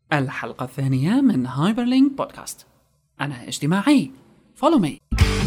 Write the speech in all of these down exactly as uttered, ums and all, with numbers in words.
الحلقة الثانية من هايبرلينك بودكاست. أنا اجتماعي. Follow me.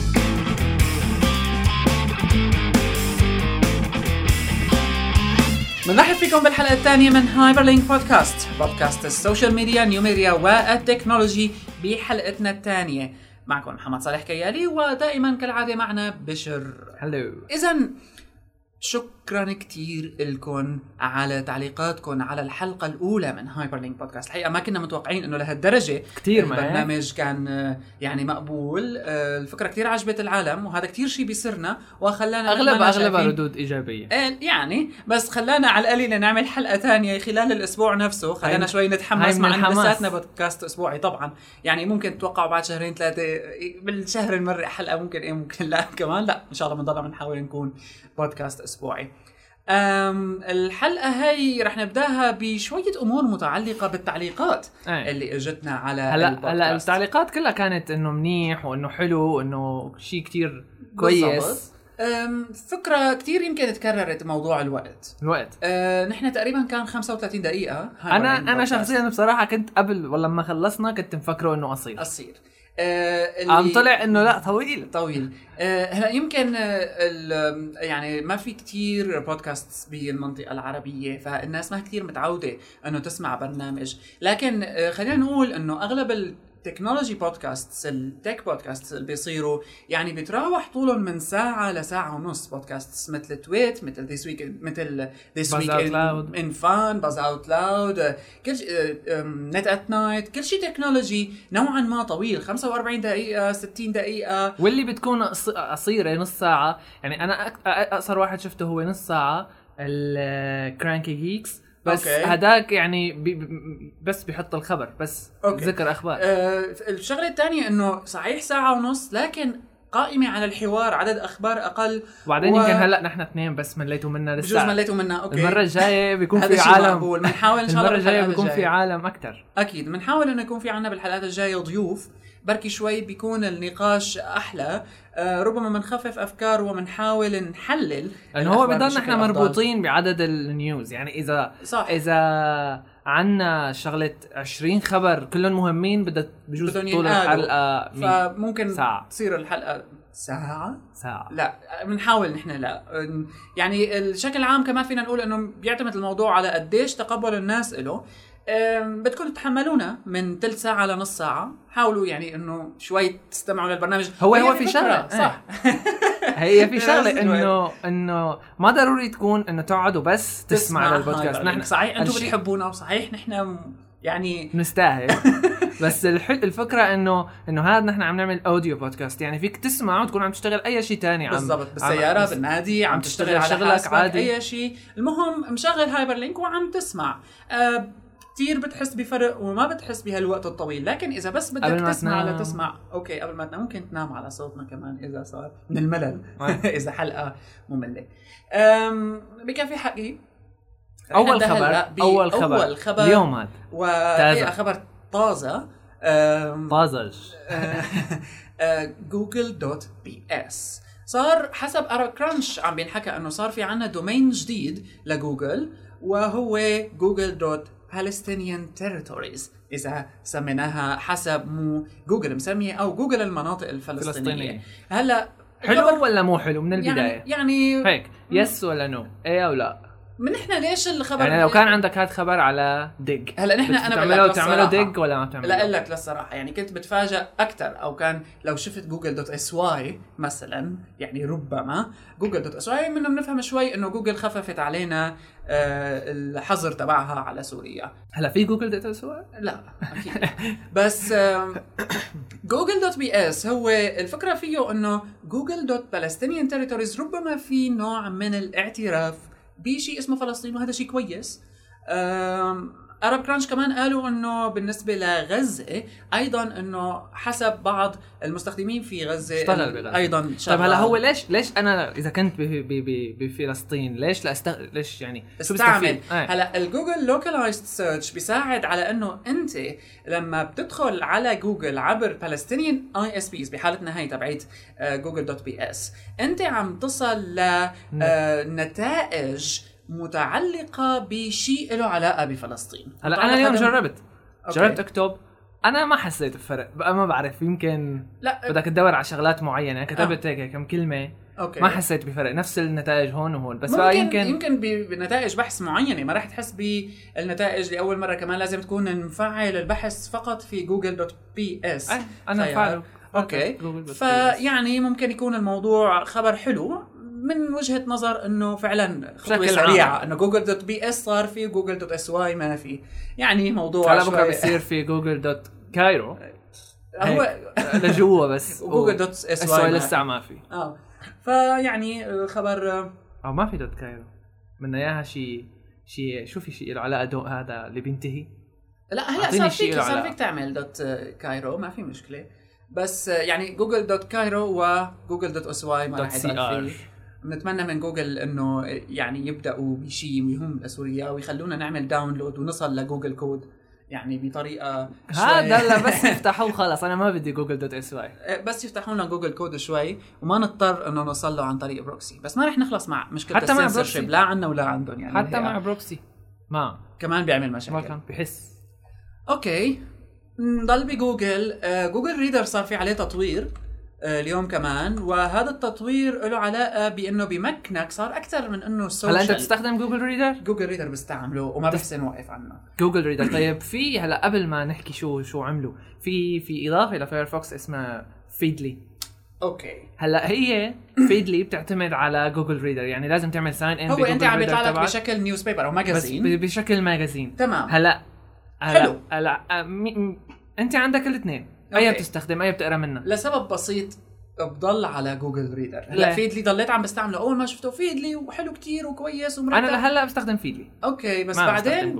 بنرحب فيكم بالحلقة الثانية من هايبرلينك بودكاست، بودكاست السوشيال ميديا، نيو ميديا والتكنولوجي. بحلقتنا الثانية معكم محمد صالح كيالي، ودائما كالعادة معنا بشر. هلو. إذن شكرا كتير لكم على تعليقاتكم على الحلقة الأولى من هايبرلينك بودكاست. الحقيقة ما كنا متوقعين إنه لهالدرجة كتير البرنامج كان يعني مقبول. الفكرة كتير عجبت العالم، وهذا كتير شيء بيسرنا وخلانا أغلب أغلب ردود إيجابية يعني، بس خلانا على القليل نعمل حلقة ثانية خلال الأسبوع نفسه. خلانا شوي نتحمس مع إن لساتنا بودكاست أسبوعي طبعا. يعني ممكن تتوقعوا بعد شهرين ثلاثة بالشهر نمرق حلقة، ممكن إيه ممكن لا كمان لا. إن شاء الله بنضل بنحاول نكون بودكاست أسبوعي. الحلقة هاي رح نبداها بشوية أمور متعلقة بالتعليقات أي. اللي اجتنا على هلا هلا التعليقات كلها كانت إنه منيح وإنه حلو وإنه شيء كتير كويس. فكرة كتير يمكن تكررت موضوع الوقت. الوقت أه نحن تقريبا كان خمسة وثلاثين دقيقة. أنا أنا شخصيا بصراحة كنت قبل ولما خلصنا كنت مفكره إنه قصير قصير آه عم طلع انه لا طويل طويل. آه هلا يمكن آه يعني ما في كتير بودكاست بالمنطقة العربية، فالناس ما كتير متعودة انه تسمع برنامج. لكن آه خلينا نقول انه اغلب التكنولوجي بودكاست، التك بودكاست اللي بيصيروا يعني بيتراوح طولهم من ساعة لساعة ونص. بودكاست مثل تويت، مثل This Week مثل This Week in, in Fun, Buzz Out Loud، كل شيء Net at Night، كل شيء تكنولوجي نوعا ما طويل، خمسة وأربعين دقيقة ستين دقيقة، واللي بتكون قصيرة نص ساعة. يعني أنا أقصر واحد شفته هو نص ساعة، الكرانكي جيكس، بس هداك يعني بي بس بيحط الخبر بس أوكي. ذكر أخبار. آه الشغلة الثانية إنه صحيح ساعة ونص، لكن قائمة على الحوار، عدد أخبار أقل. وبعدين و... يمكن هلأ نحن اثنين بس مليتوا منا لسه. بجوز مليتوا منا أوكي. المرة الجاية بيكون في عالم. بنحاول إن شاء الله المرة الجاية بيكون في عالم أكتر. أكيد بنحاول إنه يكون في عنا بالحلقات الجاية ضيوف، بركي شوي بيكون النقاش أحلى. آه ربما منخفف أفكار ومنحاول نحلل، لأنه هو بضل نحن مربوطين بعدد النيوز. يعني إذا صح. إذا عنا شغلة عشرين خبر كلهم مهمين بدها بجوز طول الحلقة فممكن ساعة. تصير الحلقة ساعة ساعة لا بنحاول نحن لا. يعني الشكل عام كمان فينا نقول إنه بيعتمد الموضوع على قديش تقبل الناس إله. بدكم تتحملونا من ثلث ساعة لنص ساعة. حاولوا يعني إنه شوي تستمعوا للبرنامج. هو هو في شغلة صح. هي في شغلة إنه إنه ما ضروري تكون إنه تقعدوا بس تسمع للبودكاست. نحن صحيح أنتم بتحبونا وصحيح نحن يعني نستاهل بس الفكرة إنه إنه هذا نحن عم نعمل أوديو بودكاست، يعني فيك تسمع وتكون عم تشتغل أي شيء تاني. عم بالضبط بالسيارة عم بالنادي عم, عم تشتغل على شغلك عادي أي شيء. المهم مشغل هايبرلينك وعم تسمع. أه كتير بتحس بفرق وما بتحس بهالوقت الطويل. لكن إذا بس بدك تسمع على تسمع أوكي قبل ما تنام، ممكن تنام على صوتنا كمان إذا صار من الملل إذا حلقة مملة. بكفي حقي أول خبر أول خبر, أول خبر اليوم هذا وهي خبر طازة طازج. جوجل دوت بي اس صار حسب أرب كرانش عم بينحكى أنه صار في عنا دومين جديد لجوجل، وهو جوجل دوت Palestinian Territories إذا سميناها حسب مو جوجل مسمية، أو جوجل المناطق الفلسطينية. هلا حلو ولا مو حلو من البداية؟ يعني, يعني هيك يس ولا نو، ايه او لا؟ من احنا ليش الخبر يعني لو كان عندك هاد خبر على ديج هلا نحن انا بتعمله تعمله ديج ولا ما بتعمله؟ لا لك للصراحه يعني كنت بتفاجئ اكثر. او كان لو شفت جوجل دوت اس واي مثلا، يعني ربما جوجل دوت اس واي منه بنفهم شوي انه جوجل خففت علينا آه الحظر تبعها على سوريا. هلا في جوجل دوت اس واي؟ لا اكيد بس آه جوجل دوت بي اس هو الفكره فيه انه جوجل دوت Palestinian Territories ربما في نوع من الاعتراف بشيء اسمه فلسطين، وهذا شيء كويس. أرب كرانش كمان قالوا أنه بالنسبة لغزة أيضا أنه حسب بعض المستخدمين في غزة اشتغل بغزة أيضا شغل. طيب هلا هو ليش ليش أنا إذا كنت بفلسطين ليش لا استغ... ليش يعني شو استعمل؟ هلا الجوجل لوكالايزد سيرش بيساعد على أنه أنت لما بتدخل على جوجل عبر Palestinian آي إس بيز بحالتنا هاي تبعيت جوجل دوت بي اس، أنت عم تصل لنتائج متعلقة بشيء له علاقة بفلسطين. هلا أنا اليوم جربت جربت اكتب انا ما حسيت بفرق بقى، ما بعرف يمكن لا بدك تدور على شغلات معينه، كتبت هيك آه. كم كلمه أوكي. ما حسيت بفرق، نفس النتائج هون وهون، بس بقى يمكن يمكن بنتائج بحث معينه ما راح تحس بالنتائج لاول مره. كمان لازم تكون مفعل البحث فقط في جوجل دوت بي اس. أه. انا فعله اوكي، فيعني ممكن يكون الموضوع خبر حلو من وجهه نظر انه فعلا خطوه سريعه، انه جوجل دوت بي اس صار في جوجل دوت اس واي ما في، يعني موضوع هلا بكره بيصير في جوجل دوت كايرو هو لجوا بس جوجل دوت اس واي لسه ما في. اه فيعني خبر او ما في دوت كايرو، بدنا اياها شيء شيء شو في شيء له علاقه هذا اللي بينتهي. لا هلا صار فيك صار فيك تعمل دوت كايرو ما في مشكله، بس يعني جوجل دوت كايرو وجوجل دوت اس واي ما راح يضل فيه. بنتمنى من جوجل انه يعني يبداوا بشيء مهم لسوريا ويخلونا نعمل داونلود ونصل لجوجل كود يعني بطريقه هذا لا بس يفتحوه خلاص، انا ما بدي جوجل دوت اس واي، بس يفتحوا لنا جوجل كود شوي وما نضطر انه نوصل له عن طريق بروكسي. بس ما رح نخلص مع مشكله السنسورشيب لا عنا ولا عندهم يعني، حتى مع بروكسي ما كمان بيعمل مشاكل، ما كان بحس. اوكي نضل بجوجل. آه جوجل ريدر صار في عليه تطوير آه اليوم كمان، وهذا التطوير له علاقه بانه بيمكنك صار اكثر من انه السوشيال. هلا انت بتستخدم جوجل ريدر؟ جوجل ريدر بستعمله وما بحسن واقف عنه جوجل ريدر. طيب في هلا قبل ما نحكي شو شو عملوا، في في اضافه لفايرفوكس اسمها فيدلي. اوكي هلا هي فيدلي بتعتمد على جوجل ريدر، يعني لازم تعمل ساين ان. هو انت عم بيطلع لك بشكل نيوز بيبر او ماجازين، بس بشكل ماجازين. تمام. هلا هلا هلا م... انت عندك الاثنين، اي بتستخدم اي بتقرا منها لسبب بسيط بضل على جوجل ريدر. هلا فيدلي ضليت عم بستعمله اول ما شفته فيدلي وحلو كتير وكويس ومرتب. انا لهلا بستخدم فيدلي اوكي، بس بعدين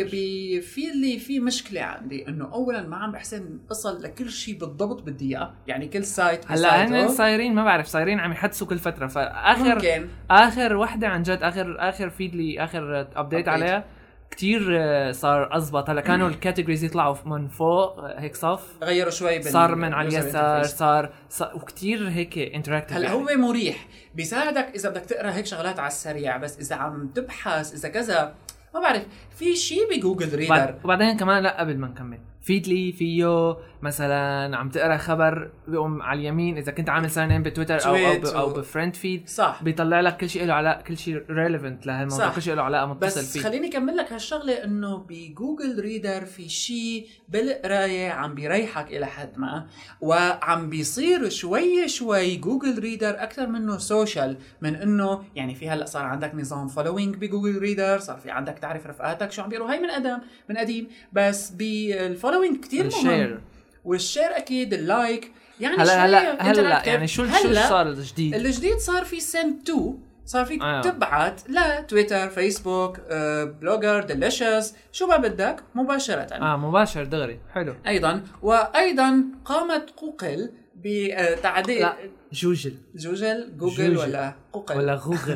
بفيدلي في مشكله عندي انه اولا ما عم بحسن اصل لكل شيء بالضبط بالدقيقه، يعني كل سايت هلا هن صايرين ما بعرف صايرين عم يحدثوا كل فتره، فاخر ممكن. اخر وحده عن جد اخر اخر فيدلي اخر ابديت عليها كتير صار أزبط. هلا كانوا الكاتيجوريز يطلعوا من فوق هيك صف، غيروا شوي صار من على اليسار، صار, صار وكتير هيك انتراكتيف. هلا يعني. هو مريح بيساعدك اذا بدك تقرا هيك شغلات على السريع، بس اذا عم تبحث اذا كذا ما بعرف في شيء بجوجل ريدر. وبعدين كمان لا قبل ما نكمل، فيدلي فيه مثلا عم تقرا خبر بيقوم على اليمين اذا كنت عامل ساين ان بتويتر او او, أو بفريند فيد صح، بيطلع لك كل شيء له علاقه، كل شيء ريليفنت لهالموضوع، كل شيء له علاقه متصل بس فيه. بس خليني اكمل لك هالشغله انه بجوجل ريدر في شيء بالقرايه عم بيريحك الى حد ما، وعم بيصير شوي شوي جوجل ريدر اكثر منه سوشيال، من انه يعني في هلا صار عندك نظام فولوينج بجوجل ريدر، صار في عندك تعرف رفقاتك شو عم بيقروا، هي من قدم من قديم، بس بالفولوينج كتير مهم، والشير اكيد اللايك يعني هلا هلا هلا يعني شو شو صار الجديد؟ الجديد صار في سند تو، صار فيك آه. تبعت لتويتر فيسبوك آه، بلوجر ديليشس شو ما بدك مباشرة. اه مباشر دغري حلو. ايضا وايضا قامت جوجل بتعديل لا جوجل جوجل جوجل جوجل. ولا جوجل ولا جوجل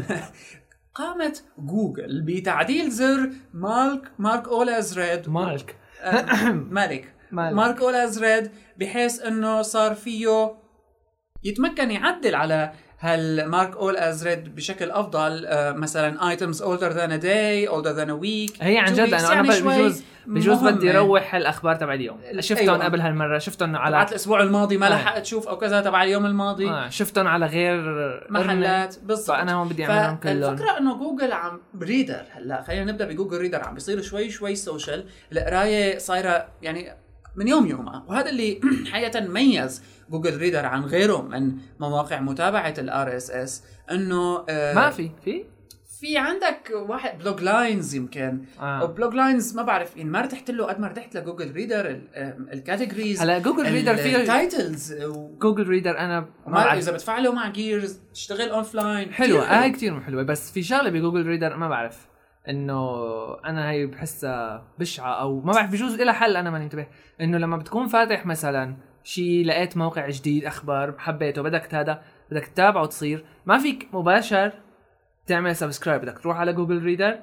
قامت جوجل بتعديل زر مارك مارك أولاز ريد مارك آه مالك مارك أولاز ريد، بحيث انه صار فيه يتمكن يعدل على هالمارك اول از ريد بشكل افضل. آه مثلا items older than a day older than a week. هي عن جد انا يعني بجوز بجوز بدي اروح الاخبار تبع اليوم، شفتهم أيوة. قبل هالمره شفتهم على الاسبوع الماضي ما لحقت تشوف او كذا تبع اليوم الماضي آه. شفتهم على غير محلات بالضبط. فانا ما بدي اعملهم كلهم. الفكره انه جوجل عم ريدر، هلا خلينا نبدا بجوجل ريدر، عم بيصير شوي شوي سوشيال، القرايه صايره يعني من يوم يومها، وهذا اللي حقيقه ميز جوجل ريدر عن غيره من مواقع متابعه الار اس اس، انه آه ما في في في عندك واحد بلوج لاينز يمكن آه. او بلوج لاينز ما بعرف ان ما ارتحت له قد ما ارتحت لجوجل ريدر الكاتيجوريز. هلا جوجل ريدر فيه تايتلز جوجل ريدر انا ما بعرف اذا بتفعله مع جيرز تشتغل اون لاين حلوه هاي كتير حلوه، بس في شغله بجوجل ريدر ما بعرف انه انا هي بحسها بشعه او ما بعرف بجوز لها حل انا ما انتبه، انه لما بتكون فاتح مثلا شيء لقيت موقع جديد اخبار حبيته بدك هذا بدك تتابعه وتصير ما فيك مباشر تعمل سبسكرايب، بدك تروح على جوجل ريدر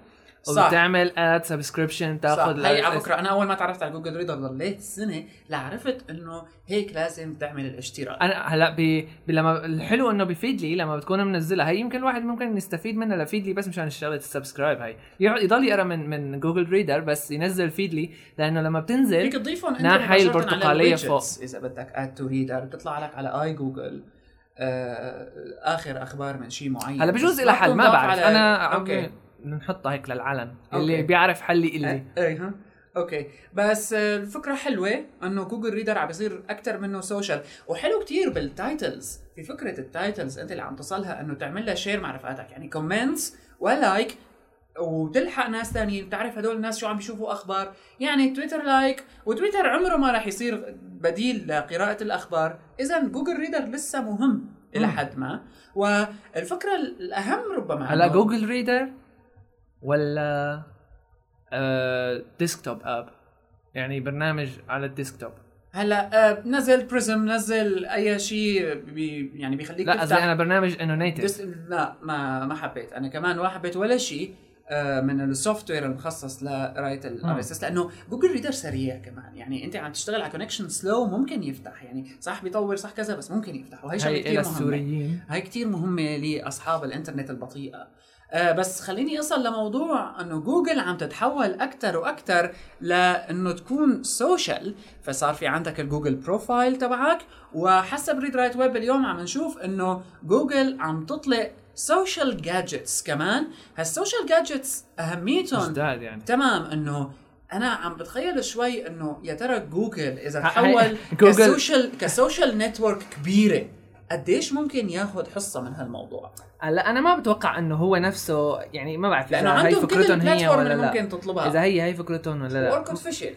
وبتعمل اد سبسكريبشن تاخذ. هي على فكره انا اول ما تعرفت على جوجل ريدر ضليت سنه لعرفت انه هيك لازم تعمل الاشتراك. انا هلا ب... لما الحلو انه بيفيد لي لما بتكون منزلها هي يمكن الواحد ممكن يستفيد منها لفيد لي بس مشان الشغله السبسكرايب هي يضل يقرا من من جوجل ريدر بس ينزل فيد لي لانه لما بتنزل فيك تضيفهم ناحيه البرتقاليه فوق اذا بدك اد تو ريدر بتطلع لك على اي جوجل آه اخر اخبار من شيء معين. هلا بجوز الى حل ما بعرف على... انا اوكي نحطها هيك للعلن اللي أوكي. بيعرف حل لي اي ها اوكي. بس الفكره حلوه انه جوجل ريدر عم بيصير اكثر منه سوشيال وحلو كتير بالتايتلز. في فكره التايتلز انت اللي عم تصلها انه تعمل لها شير مع رفقاتك يعني كومنتس ولايك وتلحق ناس ثانيين بتعرف هدول الناس شو عم بيشوفوا اخبار. يعني تويتر لايك وتويتر عمره ما راح يصير بديل لقراءه الاخبار. اذا جوجل ريدر لسه مهم الى حد ما. والفكره الاهم ربما هلا جوجل ريدر ولا آه ديسكتوب اب يعني برنامج على الديسكتوب. هلا آه نزل بريزم نزل اي شيء بي يعني بيخليك لا قصدي انا برنامج انه نيتف. لا ما ما حبيت انا كمان ما حبيت ولا شيء آه من السوفت وير المخصص لقرايه الار اس اس لانه جوجل ريدر سريع كمان. يعني انت عم تشتغل على كونكشن سلو ممكن يفتح يعني صح بيطور صح كذا بس ممكن يفتح. وهي شغله كثير مهمه. هاي كثير مهمه لاصحاب الانترنت البطيئه. آه بس خليني أصل لموضوع أنه جوجل عم تتحول أكتر وأكتر لأنه تكون سوشيال. فصار في عندك الجوجل بروفايل تبعك وحسب ريد رايت ويب اليوم عم نشوف أنه جوجل عم تطلق سوشيال جادجتس كمان. هالسوشيال جادجتس أهميتهم يعني. تمام أنه أنا عم بتخيل شوي أنه يا ترى جوجل إذا تحول كسوشيال كسوشيال نتورك كبيرة قديش ممكن ياخد حصة من هالموضوع. لا انا ما بتوقع انه هو نفسه يعني ما بعرف اذا هي فكرتهم هي ولا لا ممكن تطلبها اذا هي هي فكرتهم ولا لا. اوركوت فشل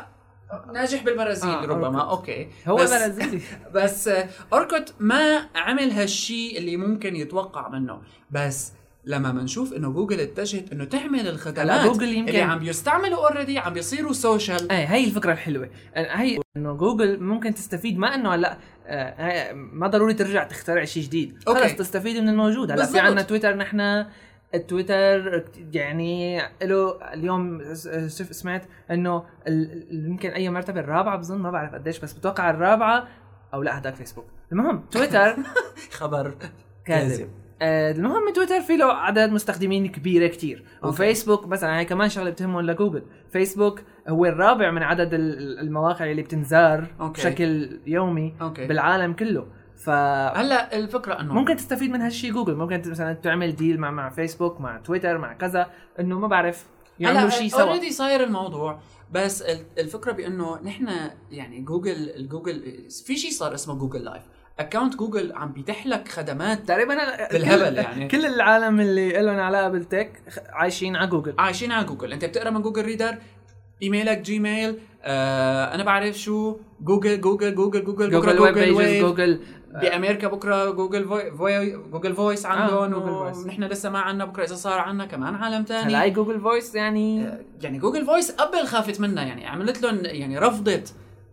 فناجح بالبرازيل آه ربما أوركوت. اوكي هو برازيلي بس اوركوت ما عمل هالشيء اللي ممكن يتوقع منه. بس لما منشوف انه جوجل اتجهت انه تعمل الخدمات جوجل يمكن اللي عم بيستعملوا اوريدي عم بيصيروا سوشيال. اي هي الفكره الحلوه هي انه جوجل ممكن تستفيد ما انه هلا آه ما ضروري ترجع تخترع شيء جديد خلص تستفيد من الموجود. هلا في عندنا تويتر نحن التويتر يعني له اليوم سمعت انه يمكن اي مرتبه الرابعه بظن ما بعرف قديش بس بتوقع الرابعه او لا هداك فيسبوك. المهم تويتر خبر كاذب. المهم تويتر في له عدد مستخدمين كبيرة كتير. وفيسبوك مثلا هي كمان شغلة بتهمهم لجوجل. فيسبوك هو الرابع من عدد المواقع اللي بتنزار أوكي. بشكل يومي أوكي. بالعالم كله. ف هلا الفكرة انه ممكن تستفيد من هالشي جوجل. ممكن مثلا تعمل ديل مع مع فيسبوك مع تويتر مع كذا انه ما بعرف يعملوا شيء سوا. اوريدي صاير الموضوع. بس الفكرة بانه نحن يعني جوجل الجوجل في شيء صار اسمه جوجل لايف. اكاونت جوجل عم بيتيح لك خدمات تقريبا بالهبل. يعني كل العالم اللي لهم علاقه بالتك عايشين على جوجل عايشين على جوجل. انت بتقرا من جوجل ريدر ايميلك جيميل آه انا بعرف شو جوجل جوجل جوجل جوجل جوجل جوجل ويب جوجل بامريكا بكره جوجل فوي جوجل فويس عندهم آه ونحن لسه ما عندنا. بكره اذا صار عندنا كمان عالم ثاني. هلا جوجل فويس يعني آه يعني جوجل فويس قبل خافت منها يعني عملت لهم يعني رفضت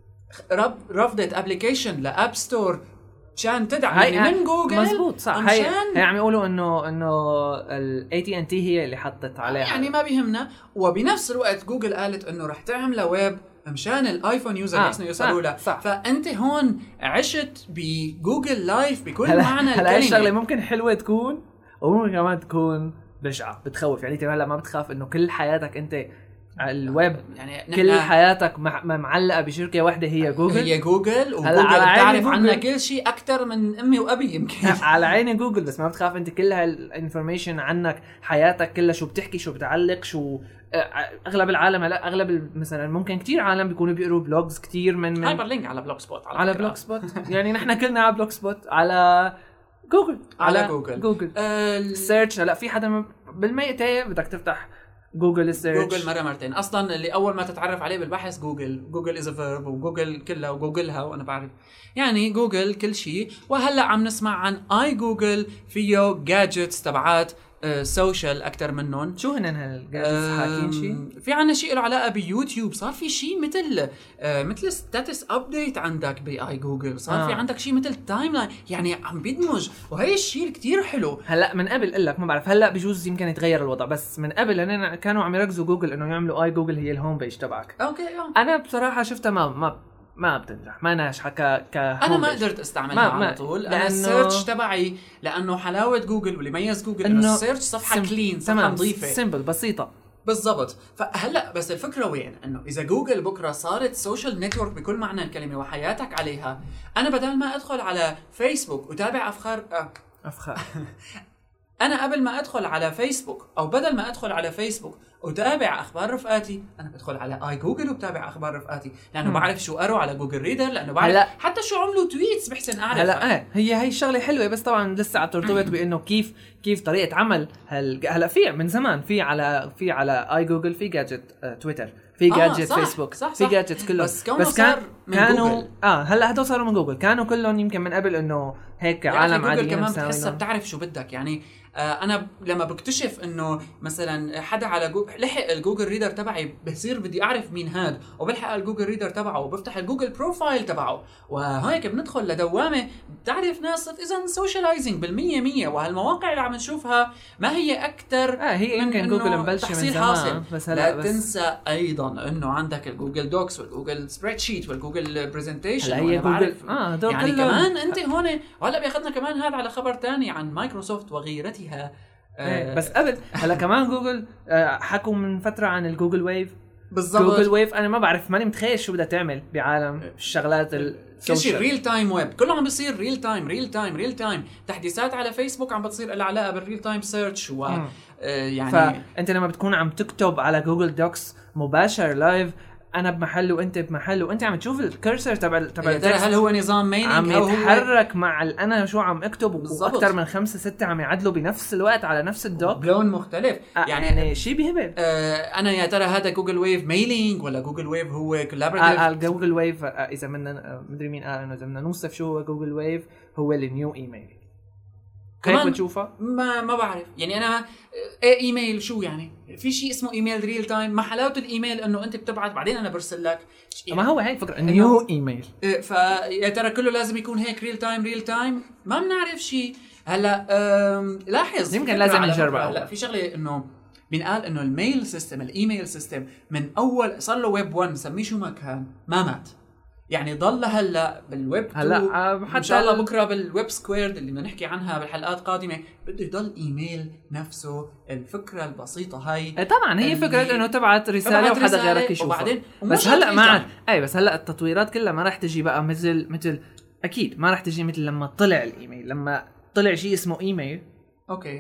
رفضت ابلكيشن لاب ستور عشان تدعم يعني من جوجل. مزبوط صح. هي هي عم يقولوا انه انه الاي تي ان تي هي اللي حطت عليها يعني ما بيهمنا. وبنفس الوقت جوجل قالت انه رح تعمل ويب مشان الايفون يوزر آه يحسنوا يوصلوا له. فانت هون عشت بجوجل لايف بكل هلا معنى الكلمه. هلا الشغله ممكن حلوه تكون وممكن كمان تكون بشعه بتخوف. يعني انت هلا ما بتخاف انه كل حياتك انت الويب يعني كل حياتك معلقه بشركه واحده هي جوجل. هي جوجل وجوجل بتعرف عنا كل شيء اكثر من امي وابي يمكن. على عيني جوجل بس ما بتخاف انت كل هالانفورميشن عنك حياتك كلها شو بتحكي شو بتعلق شو اغلب العالم. لا اغلب مثلا ممكن كتير عالم بيكونوا بيقروا بلوجز كتير من من هايبر لينك على بلوج سبوت على, على بلوج سبوت. يعني نحن كلنا على بلوج سبوت على جوجل على, على جوجل جوجل السيرش. هلا في حدا بالميتة بدك تفتح جوجل سيرش جوجل مرة مرتين أصلاً اللي أول ما تتعرف عليه بالبحث جوجل جوجل إز فيرب وجوجل كلها وجوجلها وأنا بعرف يعني جوجل كل شيء. وهلأ عم نسمع عن آي جوجل فيه جادجتس تبعات سوشيال اكثر منهم. شو هن هالجادجتس حاكين شيء؟ في عنا شيء له علاقه بيوتيوب، صار في شيء مثل آه مثل ستاتس ابديت عندك باي جوجل، صار آه. في عندك شيء مثل تايم لاين، يعني عم بيدمج، وهي الشيء كتير حلو. هلا من قبل قل لك ما بعرف، هلا بجوز يمكن يتغير الوضع، بس من قبل لأن كانوا عم يركزوا جوجل انه يعملوا اي جوجل هي الهوم بيج تبعك. اوكي أوه. انا بصراحه شفتها ما ما ما بتنجح، ما ناجحه ك ك انا ما قدرت استعملها ما على طول. انا السيرش تبعي لانه حلاوه جوجل واللي يميز جوجل انه السيرش صفحه كلين، صفحه نظيفه سيمبل بسيطه بالضبط. فهلا بس الفكره وين؟ انه اذا جوجل بكره صارت سوشيال نتورك بكل معنى الكلمه وحياتك عليها، انا بدل ما ادخل على فيسبوك وتابع افخار أه. افخار انا قبل ما ادخل على فيسبوك او بدل ما ادخل على فيسبوك وتابع اخبار رفقاتي، انا بدخل على اي جوجل وبتابع اخبار رفقاتي، لانه م. بعرف شو قروا على جوجل ريدر، لانه بعرف هلأ حتى شو عملوا تويتس بحسن اعرف. هلا اه هي هي الشغله حلوه، بس طبعا لسه عم ترتبط بانه كيف كيف طريقه عمل هل هلا في من زمان في على في على اي جوجل في جادجت آه تويتر، في جادجت آه فيسبوك، صح صح في جادجت كله، بس, بس كان من كانوا جوجل. اه هلا هدول صاروا من جوجل، كانوا كلهم يمكن من قبل انه هيك عالم عاديين كمان بتحسها بتعرف شو بدك. يعني آه انا لما بكتشف انه مثلا حدا على جوجل لحق الجوجل ريدر تبعي، بصير بدي اعرف مين هاد وبلحق الجوجل ريدر تبعه وبفتح الجوجل بروفايل تبعه، وهيك بندخل لدوامه بتعرف ناس. اذا سوشيالايزنج بالمية مية، وهالمواقع اللي عم نشوفها ما هي اكثر آه هي يمكن جوجل مبلشه من زمان، بس هلا لا بس تنسى ايضا انه عندك الجوجل دوكس والجوجل سبريد شيت والجوجل برزنتيشن. هلا هي جوجل اه يعني كمان انت هون وهلا بياخذنا كمان هذا على خبر تاني عن مايكروسوفت وغيرتها. آه بس قبل هلا كمان جوجل آه حكوا من فتره عن الجوجل ويف. بالضبط جوجل ويف انا ما بعرف، ماني متخيل شو بدها تعمل بعالم الشغلات السوشيال. ريل تايم ويب كله عم بيصير ريل تايم ريل تايم ريل تايم. تحديثات على فيسبوك عم بتصير لها علاقه بالريل تايم سيرش و آه يعني فانت لما بتكون عم تكتب على جوجل دوكس مباشر لايف، انا بمحل وانت بمحل وانت عم تشوف الكرسر تبع تبع هل هو نظام ميلينج عم يتحرك مع انا شو عم اكتب، واكثر من خمسة ستة عم يعدلوا بنفس الوقت على نفس الدوك بلون مختلف. آه يعني, يعني شيء بيهبل. آه انا يا ترى هذا جوجل ويف ميلينج ولا جوجل ويف هو كولابوريتيف؟ آه جوجل ويف آه اذا بدنا مدري مين قال انه اذا بدنا نوصف شو هو جوجل ويف، هو النيو ايميل. كيف بتشوفها؟ ما ما بعرف. يعني انا ايه ايميل شو يعني؟ في شيء اسمه ايميل ريل تايم؟ ما حلاوه الايميل انه انت بتبعت بعدين انا برسل لك. ما هو هي الفكره نيو ايميل. فيا ترى كله لازم يكون هيك ريل تايم ريل تايم؟ ما بنعرف شيء. هلا لاحظ يمكن لازم نجربها. لا في شغله انه بنقال انه الميل سيستم الايميل سيستم من اول صار له ويب واحد سميه شو ما كان ما مات. يعني ضل هلا بالويب هلا حتى ان شاء الله بكره بالويب سكويرد اللي بدنا نحكي عنها بالحلقات قادمه بده يضل ايميل نفسه. الفكره البسيطه هاي طبعا هي فكره انه تبعت رساله وحدا غيرك يشوفها، بس هلا ما عاد اي بس هلا التطويرات كلها ما راح تجي بقى مثل مثل اكيد ما راح تجي مثل لما طلع الايميل. لما طلع شيء اسمه ايميل اوكي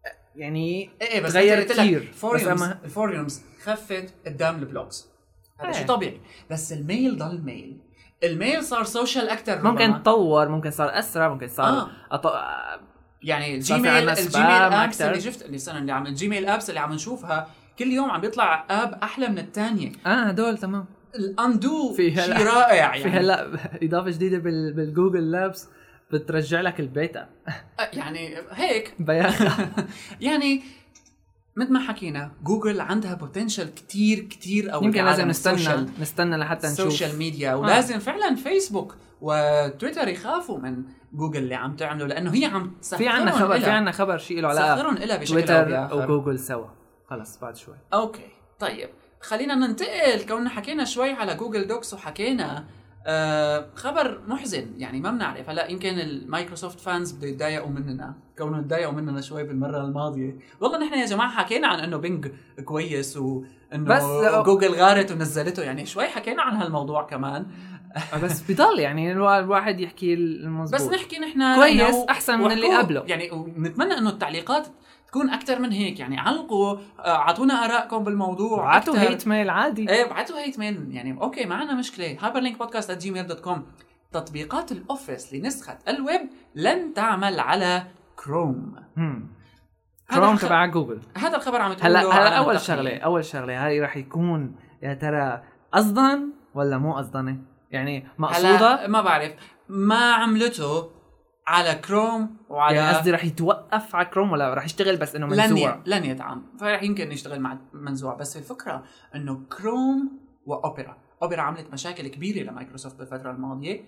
يعني ايه بس تغير كثير. الفوريومز الفوريومز خفت قدام البلوجز، هذا شيء طبيعي. بس الميل ضل ميل. الميل صار سوشيال اكثر، ممكن تطور، ممكن صار اسرع، ممكن صار آه. أط... يعني الجيميل الجيميل ابس اللي شفت اللي السنه اللي عم الجيميل ابس اللي عم نشوفها كل يوم عم بيطلع اب احلى من الثانيه. اه هدول تمام. الاندو شيء رائع يعني. في هلا اضافه جديده بال... بالجوجل لابس بترجع لك البيتا يعني هيك بياخ يعني مثل ما حكينا جوجل عندها بوتنشل كتير كتير قوي. يمكن لازم نستنى نستنى لحتى نشوف السوشيال ميديا، ولازم آه. فعلا فيسبوك وتويتر يخافوا من جوجل اللي عم تعمله، لانه هي عم تسخرهم. في عنا خبر في عنا خبر شيء له علاقه تسخرهم إلها بشكل تويتر وجوجل سوا. خلص بعد شوي اوكي طيب خلينا ننتقل. كوننا حكينا شوي على جوجل دوكس وحكينا آه خبر محزن، يعني ما بنعرف. هلا يمكن المايكروسوفت فانز بده يتضايقوا مننا كونهم تضايقوا مننا شوي بالمره الماضيه. والله نحن يا جماعه حكينا عن انه بينج كويس وانه جوجل غارت ونزلته، يعني شوي حكينا عن هالموضوع كمان بس بضل يعني الواحد يحكي المظبوط. بس نحكي نحن كويس احسن من اللي قبله يعني. ونتمنى انه التعليقات تكون اكثر من هيك. يعني علقوا اعطونا ارائكم بالموضوع، بعتوا هيت ميل عادي. ايه بعتوا هيت ميل يعني اوكي ما عندنا مشكله. هايبرلينك بودكاست آت جيميل دوت كوم. تطبيقات الاوفيس لنسخه الويب لن تعمل على كروم. امم كروم تبع جوجل. هذا الخبر عم تقول هلا هلا اول التقنية. شغله اول شغله هاي راح يكون يا ترى قصدا ولا مو قصدا؟ يعني مقصوده ما بعرف. ما عملته على كروم وعلى يعني قصدي رح يتوقف على كروم ولا رح يشتغل بس انه منزوع؟ لن, لن يدعم، فرح يمكن يشتغل مع منزوع. بس الفكرة انه كروم واوبرا اوبرا عملت مشاكل كبيرة لمايكروسوفت بالفترة الماضية،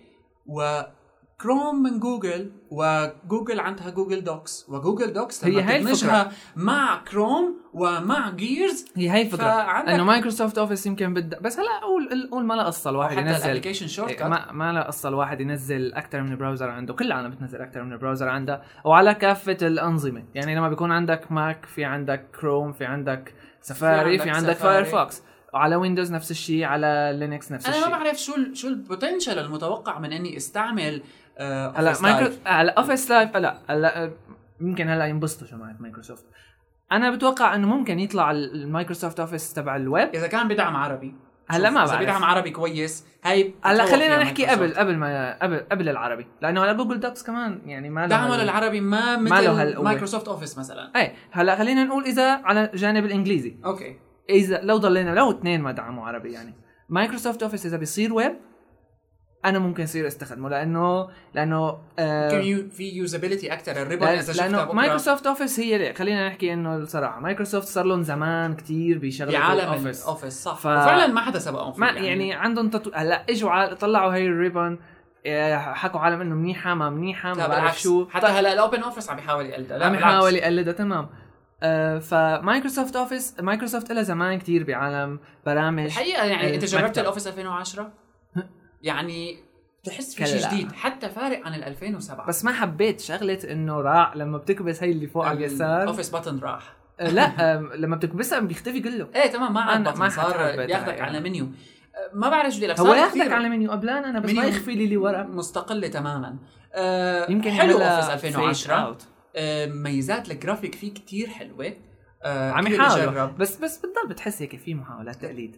وكروم من جوجل، وجوجل عندها جوجل دوكس، وجوجل دوكس هي هاي الفكرة مع كروم ومع جيرز. هي هاي الفكرة انه مايكروسوفت اوفيس يمكن بدأ، بس هلا اقول اقول ما لا قصة الواحد ينزل ما ما لا قصة الواحد ينزل اكثر من براوزر عنده، كل العالم بتنزل اكثر من براوزر عندها وعلى كافة الانظمة. يعني لما بيكون عندك ماك في عندك كروم، في عندك سفاري، في عندك فايرفوكس، وعلى ويندوز نفس الشيء، على لينكس نفس الشيء. انا ما بعرف شو ال شو البوتنشال المتوقع من اني استعمل آه هلا مايكرو هلا اوفيس لايف. لا هلا يمكن هلا ينبسطوا جماعه مايكروسوفت. انا بتوقع انه ممكن يطلع المايكروسوفت اوفيس تبع الويب اذا كان بدعم عربي. هلا ما بعرف اذا بدعم عربي كويس. هاي هلا خلينا نحكي قبل قبل ما قبل قبل العربي، لانه على جوجل دوكس كمان يعني ما له دعمه للعربي ما مثل مايكروسوفت اوفيس مثلا. اي هلا خلينا نقول اذا على جانب الانجليزي. اوكي اذا لو ضلينا لو اثنين ما دعموا عربي، يعني مايكروسوفت اوفيس اذا بيصير ويب انا ممكن يصير استخدمه، لانه لانه آه يو في يوزابيلتي اكثر. الريبون اذا شفتها بكره مايكروسوفت اوفيس هي خلينا نحكي انه الصراحه مايكروسوفت صار لهم زمان كثير بيشغلوا الاوفيس اوفيس صح ف... وفعلا ما حدا سبقهم ما يعني, يعني عندهم تطو... هلا اجوا عال... طلعوا هاي الريبون، حكوا عالم انه منيحه ما منيحه ما بعرف شو. حتى هلا الاوبن اوفيس عم يحاول يقلدها، عم يحاول يقلدها تمام. آه فمايكروسوفت اوفيس مايكروسوفت لها زمان كتير بعالم برامج الحقيقه. يعني انت جربت الاوفيس ألفين وعشرة؟ يعني تحس في شيء جديد حتى فارق عن ال ألفين وسبعة. بس ما حبيت شغله انه راح لما بتكبس هي اللي فوق على اليسار الاوفيس باتن راح. آه لا آه لما بتكبسها بيختفي كله. ايه تمام ما عاد باتن، صار بياخذك يعني على منيو. ما بعرف شو بدي لك، هو ياخذك على منيو قبلان انا بس ما يخفي لي اللي ورا مستقله تماما. آه يمكن حلو اوفيس ألفين وعشرة. آه ميزات الجرافيك فيه كتير حلوه. آه عم يحاولوا بس بس بتضل بتحس هيك في محاولات تقليد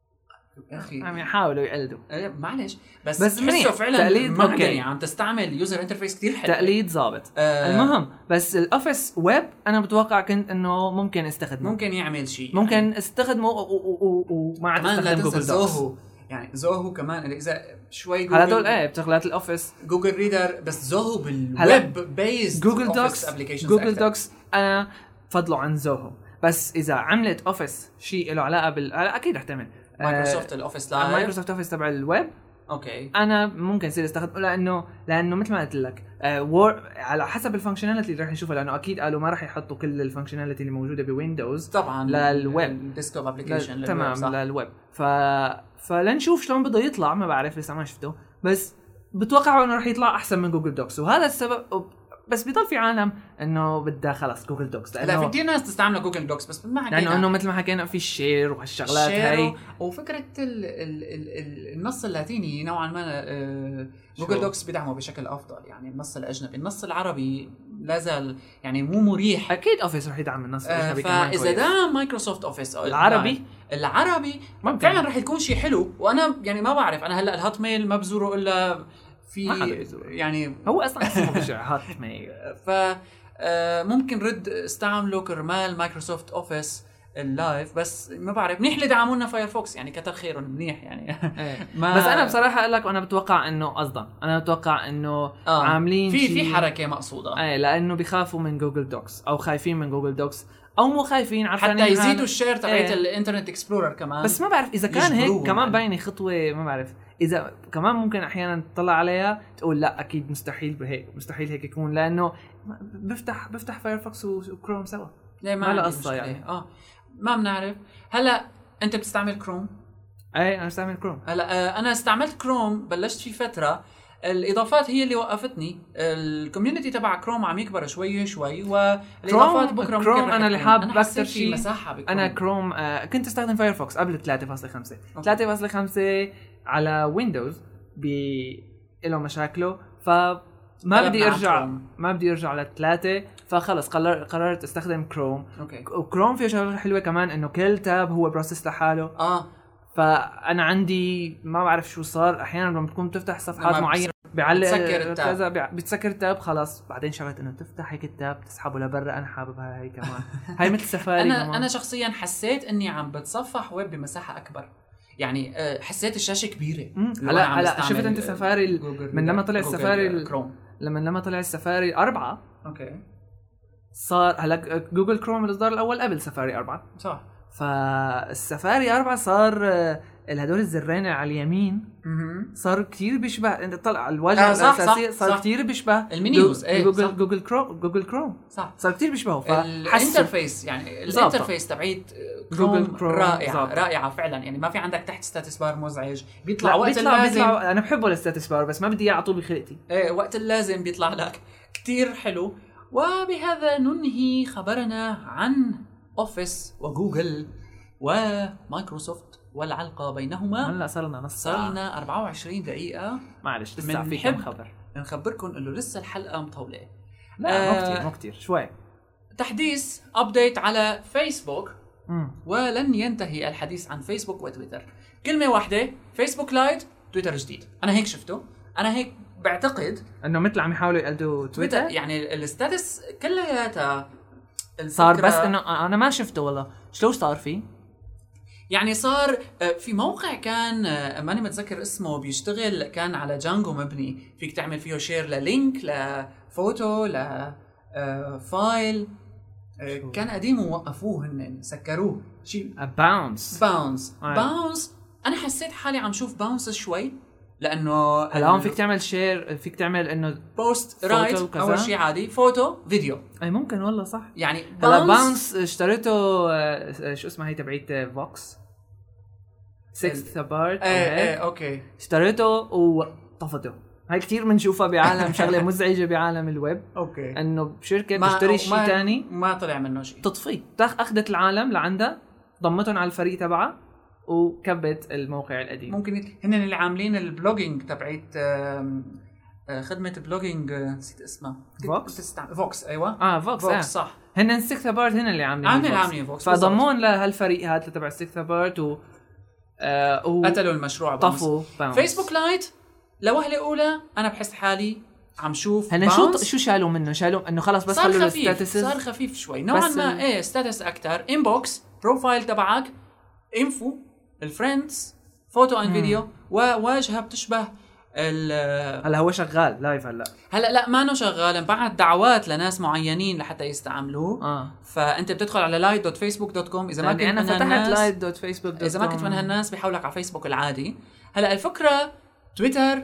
يا اخي، عم يحاولوا يقلدوا. ايه معلش بس بس تحسه فعلا تقليد مبدعي، عم تستعمل يوزر انترفيس كتير حلو، تقليد ظابط. آه المهم بس الاوفيس ويب انا بتوقع كنت انه ممكن استخدمه، ممكن يعمل شيء، ممكن يعني استخدمه وما عاد استخدم جوجل دوكس. يعني زوهو كمان اذا شوي جوجل هذول ايه بتغلات الاوفيس جوجل ريدر، بس زوهو بالويب بيز جوجل دوكس. جوجل دوكس انا فضله عن زوهو، بس اذا عملت اوفيس شيء له علاقه بال اكيد رح تعمل مايكروسوفت الاوفيس لايف، مايكروسوفت اوفيس تبع الويب. اوكي انا ممكن يصير استخدمه لانه لانه مثل ما قلت لك آه وور على حسب الفانكشناليتي اللي رح نشوفها، لانه اكيد قالوا ما رح يحطوا كل الفانكشناليتي اللي موجوده بويندوز طبعا للويب ديسكتوب ابلكيشن تمام للويب. ف فلنشوف شلون بده يطلع، ما بعرف لسه ما شفته، بس بتوقع انه رح يطلع احسن من جوجل دوكس، وهذا السبب. بس بيضل في عالم انه بدها خلص جوجل دوكس، لا في كثير ناس تستعمل جوجل دوكس، بس ما حكينا لانه انه مثل ما حكينا في الشير وهالشغلات هاي، وفكره ال ال ال النص اللاتيني نوعا ما جوجل دوكس بيدعمه بشكل افضل. يعني النص الاجنبي، النص العربي لازال يعني مو مريح. اكيد اوفيس رح يدعم النص الاجنبي كمان فاذا دعم مايكروسوفت اوفيس العربي العربي فعلا رح يكون شيء حلو. وانا يعني ما بعرف، انا هلا الهوت ميل ما بزوره الا في يعني هو اصلا اسمه بشع هات مي ف ممكن رد استعملوا كرمال مايكروسوفت اوفيس اللايف، بس ما بعرف منيح اللي دعمونا فايرفوكس، يعني كتر خيرهم منيح يعني. ما بس انا بصراحه اقول لك انا بتوقع انه قصدا انا بتوقع انه آه. عاملين في في حركه مقصوده، ايه لانه بيخافوا من جوجل دوكس او خايفين من جوجل دوكس او مو خايفين، عارفين حتى يزيدوا الشير تبعت الانترنت اكسبلورر كمان. بس ما بعرف اذا كان هيك كمان باينه خطوه، ما بعرف اذا كمان ممكن احيانا تطلع عليها تقول لا اكيد مستحيل بهيك مستحيل هيك يكون، لانه بفتح بفتح فايرفوكس وكروم سوا ما, ما له قصه يعني. اه ما بنعرف. هلا انت بتستعمل كروم؟ اي انا بستعمل كروم. هلا آه انا استعملت كروم، بلشت في فتره، الاضافات هي اللي وقفتني. الكوميونتي تبع كروم عم يكبر شوي شوي، والاضافات بكره كروم ممكن انا اللي حاب اكثر شيء مساحه بكروم. انا كروم آه كنت استخدم فايرفوكس قبل ثلاثة فاصلة خمسة. ثلاثة فاصلة خمسة على ويندوز بي له مشاكله، ف ما بدي ارجع ما بدي ارجع لثلاثة، فخلص قرر قررت استخدم كروم. اوكي. وكروم فيه شغله حلوه كمان انه كل تاب هو بروسيس لحاله. اه فانا عندي ما بعرف شو صار احيانا لما بتكون تفتح صفحات معينه بيعلق كذا بتسكر التاب، خلاص بعدين شغلت انه تفتح هيك التاب تسحبه لبرا. انا حاببها هي كمان هاي مثل سفاري. انا كمان. انا شخصيا حسيت اني عم بتصفح ويب بمساحه اكبر، يعني حسيت الشاشه كبيره. هلا هلا شفت انت سفاري من لما طلع سفاري كروم لما لما طلع السفاري أربعة اوكي صار هلا جوجل كروم الاصدار الاول قبل سفاري أربعة صح. فالسفاري أربعة صار هدول الزرين على اليمين اها صار كتير بيشبه انت طلع على الواجهه آه صح الاساسيه صح صار صح. كتير بيشبه المنيوز ايه جوجل صح. جوجل كروم جوجل كروم صح صار كتير بيشبهه فالانترفيس يعني الانترفيس تبعيت جوجل كروم كروم رائعه زبط. رائعه فعلا يعني ما في عندك تحت ستاتس بار مزعج بيطلع لا وقت بيطلع اللازم بيطلع انا بحبه الستاتس بار بس ما بدي اياه على طول بخلقتي ايه وقت اللازم بيطلع لك كتير حلو. وبهذا ننهي خبرنا عن اوفيس وجوجل ومايكروسوفت والعلقه بينهما. هلا صار لنا نص صار ساعه لنا أربعة وعشرين دقيقه معلش لسه في كم خبر نخبركم انه لسه الحلقه مطوله. لا مو كتير مو كتير شوي تحديث ابديت على فيسبوك مم. ولن ينتهي الحديث عن فيسبوك وتويتر. كلمه واحده فيسبوك لايت تويتر جديد. انا هيك شفته انا هيك بعتقد انه مثل عم يحاولوا يقلدوا تويتر, تويتر يعني الستاتس كلياتها صار بس انه انا ما شفته والله شلون صار فيه يعني صار في موقع كان ماني متذكر اسمه بيشتغل كان على جانجو مبني فيك تعمل فيه شير للينك لفوتو لفايل كان قديم ووقفوه هن سكروه شيء باونس باونس باونس انا حسيت حالي عم شوف باونس شوي لانه هلا هون فيك تعمل شير فيك تعمل انه بوست رايت اول شيء عادي فوتو فيديو اي ممكن والله صح يعني هلا باونس اشتريته شو اسمها هي تبعيت فوكس سيكس ابارت ايه ايه اوكي اشتريته وطفته هاي كتير بنشوفها بعالم شغله مزعجه بعالم الويب اوكي انه بشركه بتشتري شيء ثاني ما طلع منه شيء تطفيه اخذت العالم لعندها ضمتهم على الفريق تبعها وكبت الموقع القديم. ممكن يت... هن اللي عاملين البلوجينج تبعت خدمه بلوجينج نسيت اسمها فوكس تستعمل فوكس ايوه اه فوكس, فوكس آه. صح هن سيكس ابارت هن اللي عاملين عاملين عاملين فوكس فضمون لهالفريق هذا تبع سيكس ابارت و آه و... قتلوا المشروع طفوا فيسبوك لايت لوهله اولى انا بحس حالي عم شوف هن شو شو شالوا منه شالوا انه خلص بس خلوا الستاتس صار خفيف شوي نوعا ما ال... ايه ستاتس اكثر انبوكس بروفايل تبعك انفو الفريندز فوتو ان فيديو وواجهه بتشبه هلا هو شغال لايف هلا هلا لا ما انه شغال بعد دعوات لناس معينين لحتى يستعملوه اه فانت بتدخل على لايت دوت فيسبوك دوت كوم اذا ما كنت انا فتحت لايت دوت فيسبوك دوت كوم اذا ما كنت من هالناس بيحولك على فيسبوك العادي. هلا الفكره تويتر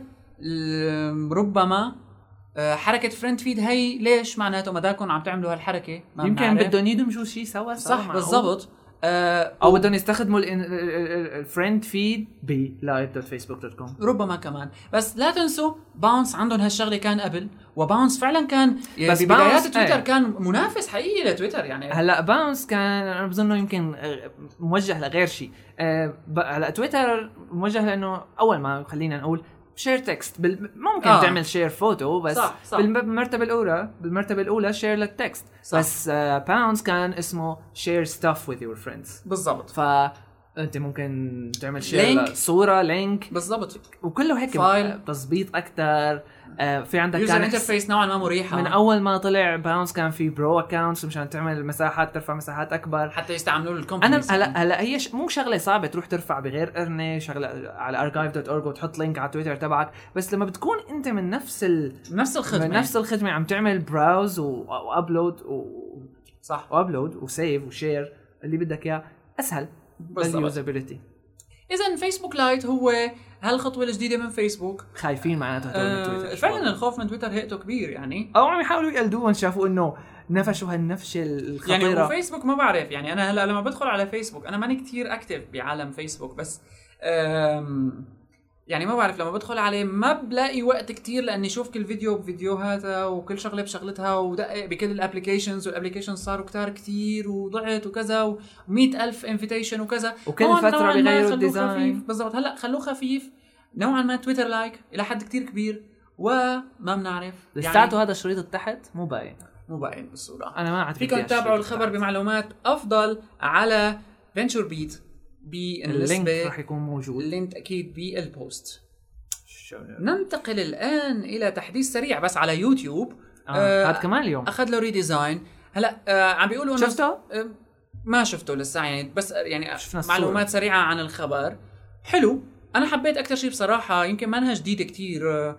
ربما حركه فريند فيد هي ليش معناته مداكم عم تعملوا هالحركه يمكن بدهم يدمجوا شيء سوا صح بالضبط أه او بدهم يستخدموا الفريند فيد بلايت دوت فيسبوك دوت كوم ربما كمان. بس لا تنسوا باونس عندهم هالشغله كان قبل وباونس فعلا كان بس ببدايات تويتر ايه. كان منافس حقيقي لتويتر يعني هلا باونس كان انا بظنه يمكن موجه لغير شيء أه هلا تويتر موجه لانه اول ما خلينا نقول شير تكست بال... ممكن آه. تعمل شير فوتو بس صح صح. بالمرتبه الاولى بالمرتبه الاولى شير للتكست بس باونس uh, كان اسمه شير ستاف with your friends بالضبط. فانت ممكن تعمل شير صوره لينك بالضبط وكله هيك فايل. تظبيط اكثر آه في عندك يوزر انترفيس نوعا ما مريحه. من اول ما طلع باونس كان في برو اكاونتس مشان تعمل مساحات ترفع مساحات اكبر حتى يستعملوا الكومبانيز. انا هلا هلا هي ش... مو شغله صعبه تروح ترفع بغير قرنه شغله على archive دوت org وتحط لينك على تويتر تبعك بس لما بتكون انت من نفس ال... نفس الخدمه من نفس الخدمه عم تعمل براوز وابلود و... صح وابلود وسيف وشير اللي بدك اياه اسهل باليوزابيلتي. اذا فيسبوك لايت هو هالخطوه الجديده من فيسبوك. خايفين معناته آه تويتر فعلا الخوف من تويتر هيئته كبير يعني او عم يحاولوا يقلدوه شافوا انه نفشوا هالنفشه الخطيره يعني فيسبوك ما بعرف يعني انا هلا لما بدخل على فيسبوك انا ماني كتير اكتف بعالم فيسبوك بس يعني ما بعرف لما بدخل عليه ما بلاقي وقت كتير لاني اشوف كل فيديو بفيديوهاتها وكل شغله بشغلتها ودقق بكل الابليكيشنز والابليكيشنز صاروا كتار كتير وضعت وكذا ومئة ألف انفيتيشن وكذا وكل فتره بيغيروا الديزاين بالضبط. هلا خلوه خفيف نوعا ما تويتر لايك الى حد كتير كبير وما بنعرف لساته يعني هذا الشريط التحت مو باين مو باين بالصوره. انا ما عاد فيكم تتابعوا الخبر بمعلومات افضل على فينتشر بيت اللينك راح يكون موجود اللينك اكيد بالبوست. ننتقل الان الى تحديث سريع بس على يوتيوب آه. هذا كمان اليوم اخذ له ريديزاين. هلا آه عم بيقولوا شفته آه ما شفته لسه يعني بس يعني معلومات سريعه عن الخبر حلو. انا حبيت اكثر شيء بصراحه يمكن ما انها جديده كتير آه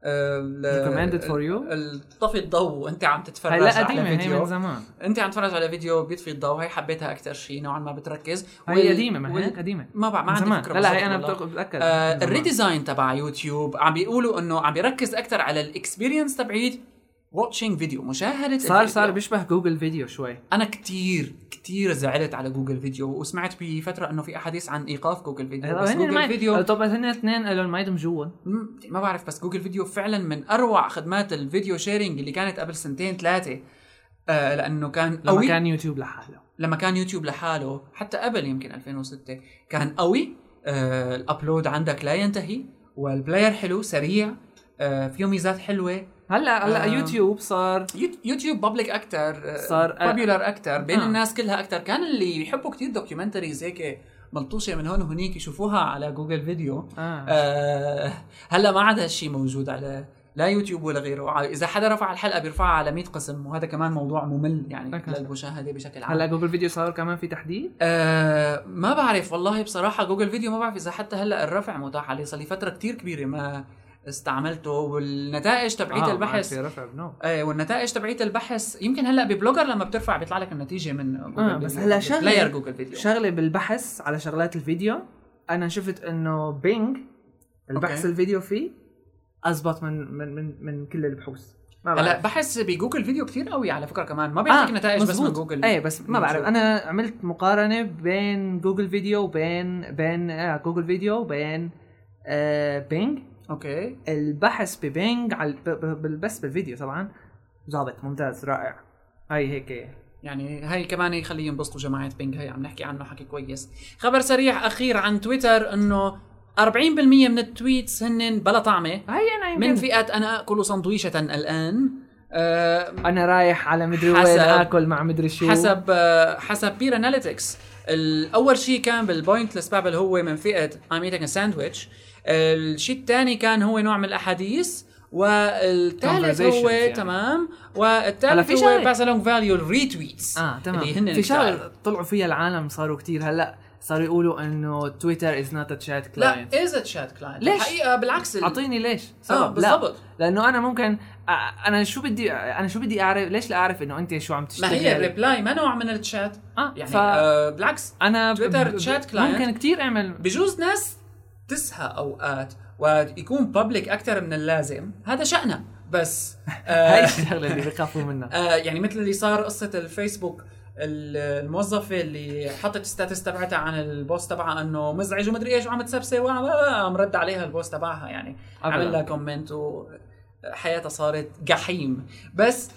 recommended for you الطفي الضوء وانت عم تتفرج على فيديو من زمان. انت عم تتفرج على فيديو بيطفي الضوء. هي حبيتها اكثر شيء نوعا ما بتركز. هي قديمه ما هي قديمه ما بعرف ما عندي فكره. لا لا هي انا بتاكد. آه الريديزاين تبع يوتيوب عم بيقولوا انه عم بيركز اكثر على الاكسبيرينس تبعيد واتشينج فيديو مشاهده صار الفيديو. صار بيشبه جوجل فيديو شوي. انا كتير كتير زعلت على جوجل فيديو وسمعت بفتره انه في احاديث عن ايقاف جوجل فيديو. بس جوجل فيديو طبعا هن اثنين لهم ما يدمجون ما بعرف. بس جوجل فيديو فعلا من اروع خدمات الفيديو شيرينج اللي كانت قبل سنتين ثلاثه. آه لانه كان لما قوي. كان يوتيوب لحاله لما كان يوتيوب لحاله حتى قبل يمكن ألفين وستة كان قوي. آه الابلود عندك لا ينتهي والبلاير حلو سريع. آه فيه ميزات حلوه. هلا هلا آه يوتيوب صار يوتيوب بابليك اكثر. صار بوبيلر اكثر بين آه. الناس كلها اكثر. كان اللي يحبوا كتير دوكيومنتريز هيك ملطوشه من هون وهنيك يشوفوها على جوجل فيديو. آه. آه هلا ما عاد هالشيء موجود على لا يوتيوب ولا غيره. اذا حدا رفع الحلقه بيرفعها على مية قسم وهذا كمان موضوع ممل يعني أكثر. للمشاهده بشكل عام. هلا جوجل فيديو صار كمان في تحديث. آه ما بعرف والله بصراحه. جوجل فيديو ما بعرف اذا حتى هلا الرفع متاح عليه. صار لي فتره كتير كبيره ما استعملته. والنتائج تبعية آه البحث ايه والنتائج تبعية البحث يمكن هلا ببلوجر لما بترفع بيطلع لك النتيجه من جوجل آه بس هلا شغله جوجل فيديو شغله بالبحث على شغلات الفيديو. انا شفت انه بينج البحث أوكي. الفيديو فيه اضبط من من من, من كل البحوث. هلا بحث بجوجل فيديو كتير قوي على فكره كمان ما بيعطيك آه نتائج بس من جوجل. ايه بس ما بعرف. انا عملت مقارنه بين جوجل فيديو وبين بين آه جوجل فيديو وبين آه بينج. اوكي البحث ببينج على بس بالفيديو طبعا ضابط ممتاز رائع. هاي هيك يعني هاي كمان يخليه ينبسطوا جماعه بينج. هاي عم نحكي عنه حكي كويس. خبر سريع اخير عن تويتر انه أربعين بالمية من التويتس هن بلا طعمه. هاي انا من فئه انا اكل سندويشه الان. أه انا رايح على مدري وين اكل مع مدري شو. حسب أه حسب بير اناليتكس الاول شيء كان بالبوينتلس بابل هو من فئه I'm eating a sandwich. الشيء الثاني كان هو نوع من الاحاديث والثالث هو يعني. تمام والثالث هو باسلونج فاليو الريتويتس. اه تمام. اللي هن في شغله طلعوا فيها العالم صاروا كتير هلا صاروا يقولوا انه تويتر از نوت ا تشات كلاينت. لا از ا تشات كلاينت. ليش؟ الحقيقه بالعكس اعطيني ليش سبب. آه بالضبط. لانه انا ممكن انا شو بدي انا شو بدي اعرف ليش لا اعرف انه انت شو عم تشتغل. ما هي الريبلاي ما نوع من التشات. آه يعني ف... آه بالعكس انا تويتر تشات كلاينت ممكن كتير اعمل. بجوز ناس تسهى اوقات ويكون بابليك اكثر من اللازم. هذا شأنه بس آه هاي الشغله اللي بيخافوا منها. آه يعني مثل اللي صار قصه الفيسبوك الموظفه اللي حطت ستاتس تبعتها عن البوست تبعها انه مزعج ومدري ايش وعم تسبسه وعم رد عليها البوست تبعها يعني عمل لها كومنت وحياتها صارت جحيم. بس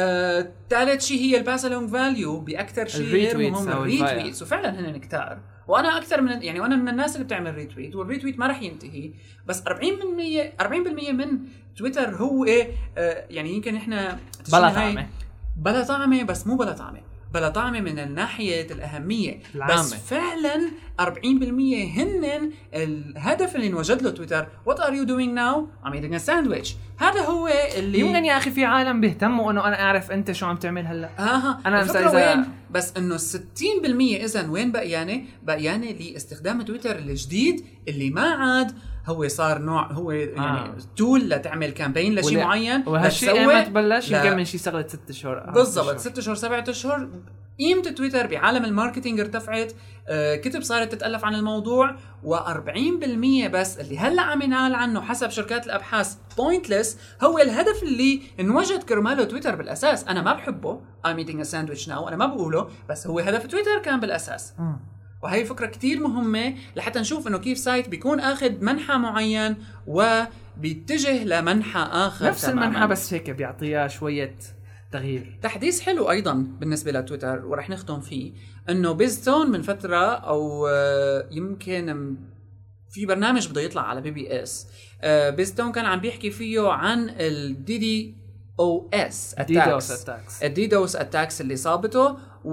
ثالث آه شيء هي الباسلونج فاليو باكثر شيء غير مهم الريتويتس. وفعلا هن كتار وانا اكثر من يعني وانا من الناس اللي بتعمل ريتويت والريتويت ما راح ينتهي. بس أربعين بالمية أربعين بالمية من تويتر هو ايه آه يعني يمكن احنا بلا طعمه بلا طعمه بس مو بلا طعمه بلا طعمه من الناحيه الاهميه العامة. بس فعلا أربعين بالمية هن الهدف اللي انوجد له تويتر. what are you doing now I'm eating a sandwich. هذا هو اللي يمكن يا اخي في عالم بيهتموا انه انا اعرف انت شو عم تعمل هلا. اها انا الفكرة وين بس انه ستين بالمية اذا وين بقيانه بقيانه لاستخدام تويتر الجديد اللي ما عاد هو صار نوع هو يعني آه. تول لتعمل كامبين لشيء معين. وهالشيء ما تبلش يمكن من شيء صغلت ستة اشهر بالضبط ستة اشهر سبعة اشهر. قيمة تويتر بعالم الماركتينج ارتفعت. آه كتب صارت تتألف عن الموضوع. وأربعين بالمية بس اللي هلأ عم ينقال عنه حسب شركات الأبحاث pointless هو الهدف اللي انوجد كرماله تويتر بالأساس. أنا ما بحبه I'm eating a sandwich now أنا ما بقوله بس هو هدف تويتر كان بالأساس. م. وهي فكرة كتير مهمة لحتى نشوف انه كيف سايت بيكون اخذ منحى معين وبيتجه لمنحى اخر نفس تماماً. المنحى بس هيك بيعطيها شوية تغيير. تحديث حلو ايضا بالنسبة لتويتر ورح نختم فيه انه بيزتون من فترة او يمكن في برنامج بده يطلع على بي بي اس. بيزتون كان عم بيحكي فيه عن الديدي او اس اتاكس الديدوس اتاكس اللي صابته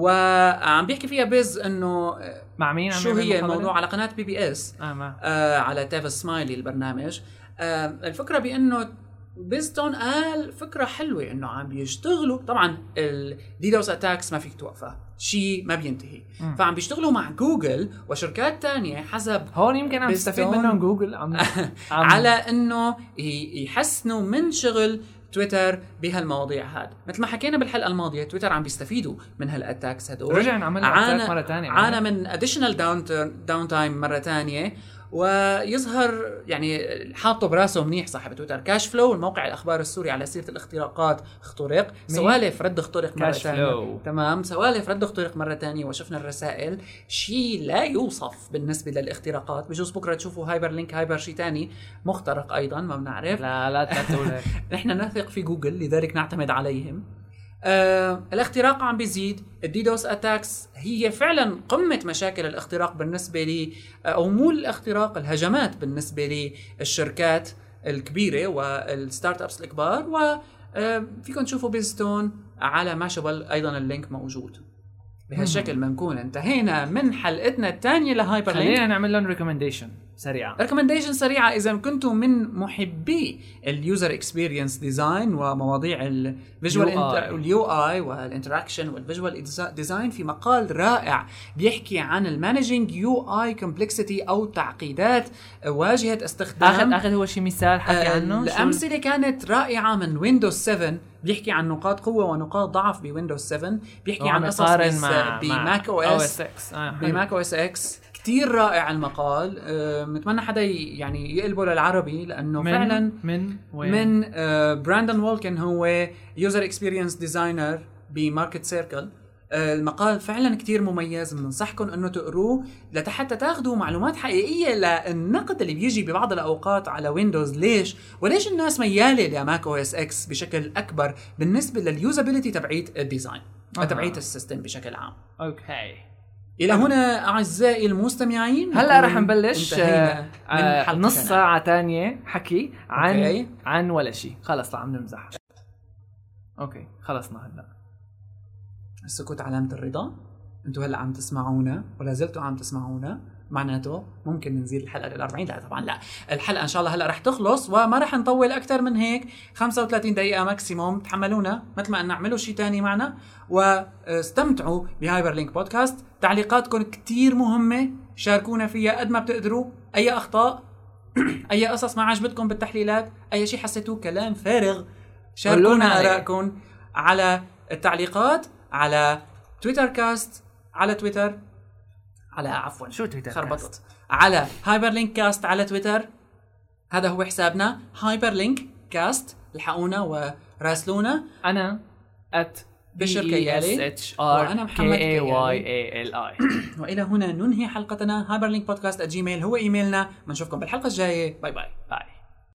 وعم بيحكي فيها بيز انه مع مين شو هي الموضوع على قناة بي بي اس آه آه على تيف سمايلي البرنامج. آه الفكرة بانه بيزتون قال فكرة حلوة انه عم بيشتغلوا، طبعا الديدوس اتاكس ما فيك توقفها، شيء ما بينتهي. م. فعم بيشتغلوا مع جوجل وشركات تانية حسب هون يمكن عم تستفيد منهم جوجل عم على انه يحسنوا من شغل تويتر بهالمواضيع هاد. مثل ما حكينا بالحلقه الماضيه تويتر عم بيستفيدوا من هالاتاكس هدول، رجع نعمل اتاك مره ثانيه، عانى من اديشنال داون داون تايم مره ثانيه، ويظهر يعني حاطه براسه منيح صاحب تويتر. كاش فلو الموقع الاخبار السوري على سيره الاختراقات اخترق، سوالف رد اخترق مره ثانيه، تمام، سوالف رد اخترق مره ثانيه وشفنا الرسائل، شيء لا يوصف بالنسبه للاختراقات. بجوز بكره تشوفوا هايبر لينك هايبر شيء ثاني مخترق ايضا، ما بنعرف. لا لا لا تقول هيك نحن نثق في جوجل لذلك نعتمد عليهم. آه، الاختراق عم بيزيد، الديدوس اتاكس هي فعلا قمة مشاكل الاختراق بالنسبة لي، او مو الاختراق، الهجمات بالنسبة للشركات الكبيرة والستارت ابس الكبار. وفيكم تشوفوا بيزتون على ماشابل ايضا اللينك موجود. بهالشكل بنكون انتهينا من حلقتنا الثانية لهايبر لينك. خلينا نعمل لهم ريكومنديشن سريعة. ريكومنديشن سريعة إذا كنتم من محبي اليوزر اكسبيرينس ديزاين ومواضيع الفيجوال اليو اي والانتراكشن والفيجوال ديزاين، في مقال رائع بيحكي عن المانجينج يو اي كومبلكسيتي او تعقيدات واجهة استخدام. اخذ اخذ هو شي مثال حكي عنه. الامثلة كانت رائعة من ويندوز سفن، بيحكي عن نقاط قوة ونقاط ضعف بويندوز سفن، بيحكي عن قصص بماك او اس بماك او اس اكس. كتير رائع المقال، أه متمنى حدا يعني يقلبه للعربي لانه من فعلا من وين؟ من أه براندون وولكن، هو يوزر اكسبيرينس ديزاينر بماركت سيركل. أه المقال فعلا كتير مميز، بننصحكم انه تقروه لحتى تاخذوا معلومات حقيقيه للنقد اللي بيجي ببعض الاوقات على ويندوز. ليش وليش الناس مياله لماك او اس اكس بشكل اكبر بالنسبه لليوزابيلتي تبعيت الديزاين أه. تبعيت السيستم بشكل عام. اوكي، إلى هنا أعزائي المستمعين، هلا رح نبلش آه آه نص ساعة تانية حكي عن أوكي. عن ولا شيء. خلص عم نمزح. أوكي خلصنا. هلا السكوت علامة الرضا. أنتوا هلا عم تسمعونا ولا زلتوا عم تسمعونا، معناته ممكن نزيد الحلقة للأربعين. لا طبعا لا، الحلقة إن شاء الله هلا رح تخلص وما رح نطول أكتر من هيك، خمسة وثلاثين دقيقة ماكسيموم. تحملونا مثل ما نعملوا شيء تاني معنا، واستمتعوا بهايبر لينك بودكاست. تعليقاتكم كتير مهمة، شاركونا فيها قد ما بتقدروا. أي أخطاء، أي قصص ما عجبتكم بالتحليلات، أي شيء حسيتوه كلام فارغ، شاركونا آرائكم على التعليقات على تويتر كاست، على تويتر على عفوا شو تويتر خربطت على هايبر لينك كاست على تويتر. هذا هو حسابنا هايبر لينك كاست، الحقونا وراسلونا. انا ات بشر كيالي وانا محمد كي واي اي ال اي. والى هنا ننهي حلقتنا. هايبر لينك بودكاست @جيميل هو ايميلنا. بنشوفكم بالحلقه الجايه. باي باي.